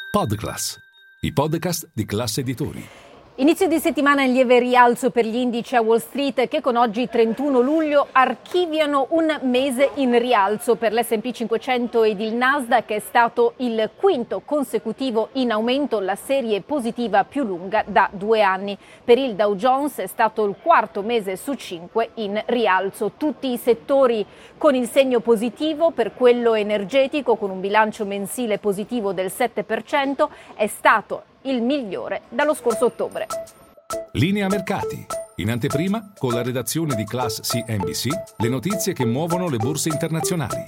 Podclass, i podcast di Class Editori. Inizio di settimana in lieve rialzo per gli indici a Wall Street che con oggi 31 luglio archiviano un mese in rialzo per l'S&P 500 ed il Nasdaq, che è stato il quinto consecutivo in aumento, la serie positiva più lunga da 2 anni. Per il Dow Jones è stato il quarto mese su 5 in rialzo. Tutti i settori con il segno positivo. Per quello energetico, con un bilancio mensile positivo del 7%, è stato il migliore dallo scorso ottobre. Linea mercati. In anteprima, con la redazione di Class CNBC, le notizie che muovono le borse internazionali.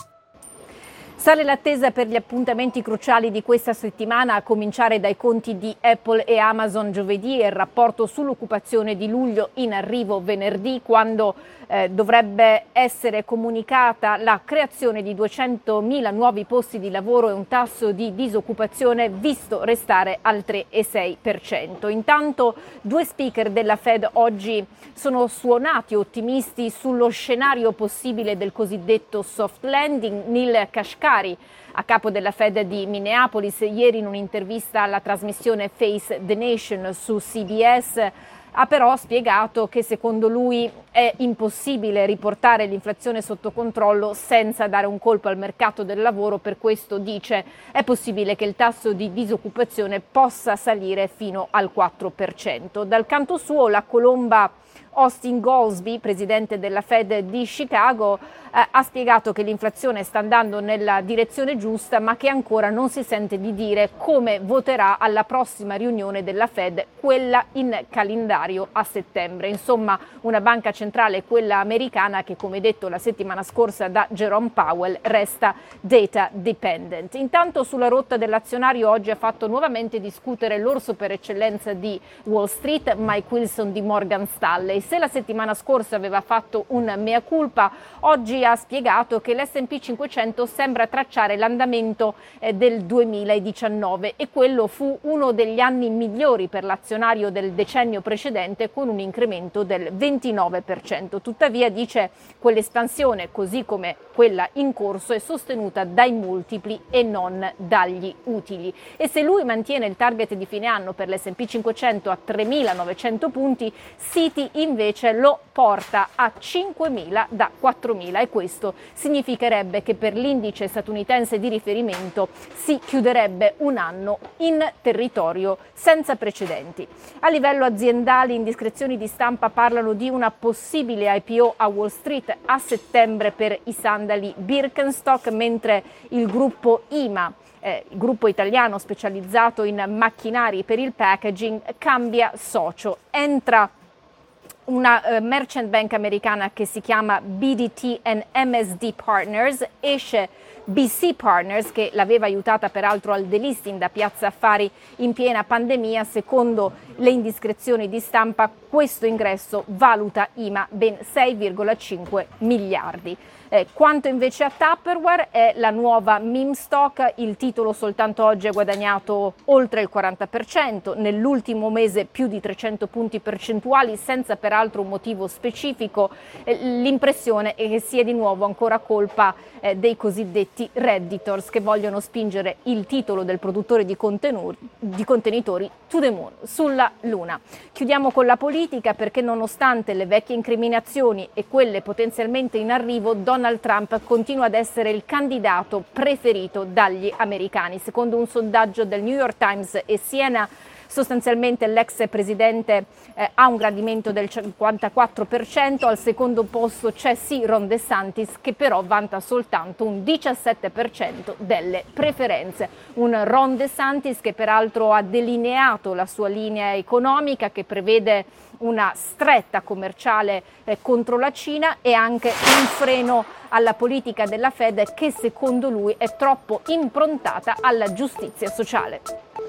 Sale l'attesa per gli appuntamenti cruciali di questa settimana, a cominciare dai conti di Apple e Amazon giovedì e il rapporto sull'occupazione di luglio in arrivo venerdì, quando dovrebbe essere comunicata la creazione di 200.000 nuovi posti di lavoro e un tasso di disoccupazione visto restare al 3,6%. Intanto 2 speaker della Fed oggi sono suonati ottimisti sullo scenario possibile del cosiddetto soft landing. Neel Kashkari, a capo della Fed di Minneapolis, ieri in un'intervista alla trasmissione Face the Nation su CBS, ha però spiegato che secondo lui è impossibile riportare l'inflazione sotto controllo senza dare un colpo al mercato del lavoro. Per questo, dice, è possibile che il tasso di disoccupazione possa salire fino al 4%. Dal canto suo, la colomba Austin Goolsbee, presidente della Fed di Chicago, ha spiegato che l'inflazione sta andando nella direzione giusta, ma che ancora non si sente di dire come voterà alla prossima riunione della Fed, quella in calendario a settembre. Insomma, una banca centrale, quella americana, che, come detto la settimana scorsa da Jerome Powell, resta data dependent. Intanto, sulla rotta dell'azionario oggi ha fatto nuovamente discutere l'orso per eccellenza di Wall Street, Mike Wilson di Morgan Stanley. Se la settimana scorsa aveva fatto un mea culpa, oggi ha spiegato che l'S&P 500 sembra tracciare l'andamento del 2019 e quello fu uno degli anni migliori per l'azionario del decennio precedente, con un incremento del 29%. Tuttavia, dice, quell'espansione, così come quella in corso, è sostenuta dai multipli e non dagli utili. E se lui mantiene il target di fine anno per l'S&P 500 a 3.900 punti, Citi invece lo porta a 5.000 da 4.000, e questo significherebbe che per l'indice statunitense di riferimento si chiuderebbe un anno in territorio senza precedenti. A livello aziendale, indiscrezioni di stampa parlano di una possibile IPO a Wall Street a settembre per i sandali Birkenstock, mentre il gruppo IMA, gruppo italiano specializzato in macchinari per il packaging, cambia socio. Entra una merchant bank americana che si chiama BDT and MSD Partners, esce BC Partners, che l'aveva aiutata peraltro al delisting da Piazza Affari in piena pandemia. Secondo le indiscrezioni di stampa, questo ingresso valuta IMA ben 6,5 miliardi. Quanto invece a Tupperware, è la nuova meme stock. Il titolo soltanto oggi ha guadagnato oltre il 40%, nell'ultimo mese più di 300 punti percentuali, senza peraltro un motivo specifico. L'impressione è che sia di nuovo ancora colpa dei cosiddetti redditors, che vogliono spingere il titolo del produttore di contenitori to the moon, sulla luna. Chiudiamo con la politica, perché nonostante le vecchie incriminazioni e quelle potenzialmente in arrivo, Donald Trump continua ad essere il candidato preferito dagli americani. Secondo un sondaggio del New York Times e Siena, sostanzialmente l'ex presidente ha un gradimento del 54%, al secondo posto c'è sì Ron DeSantis, che però vanta soltanto un 17% delle preferenze. Un Ron DeSantis che peraltro ha delineato la sua linea economica, che prevede una stretta commerciale contro la Cina e anche un freno alla politica della Fed, che secondo lui è troppo improntata alla giustizia sociale.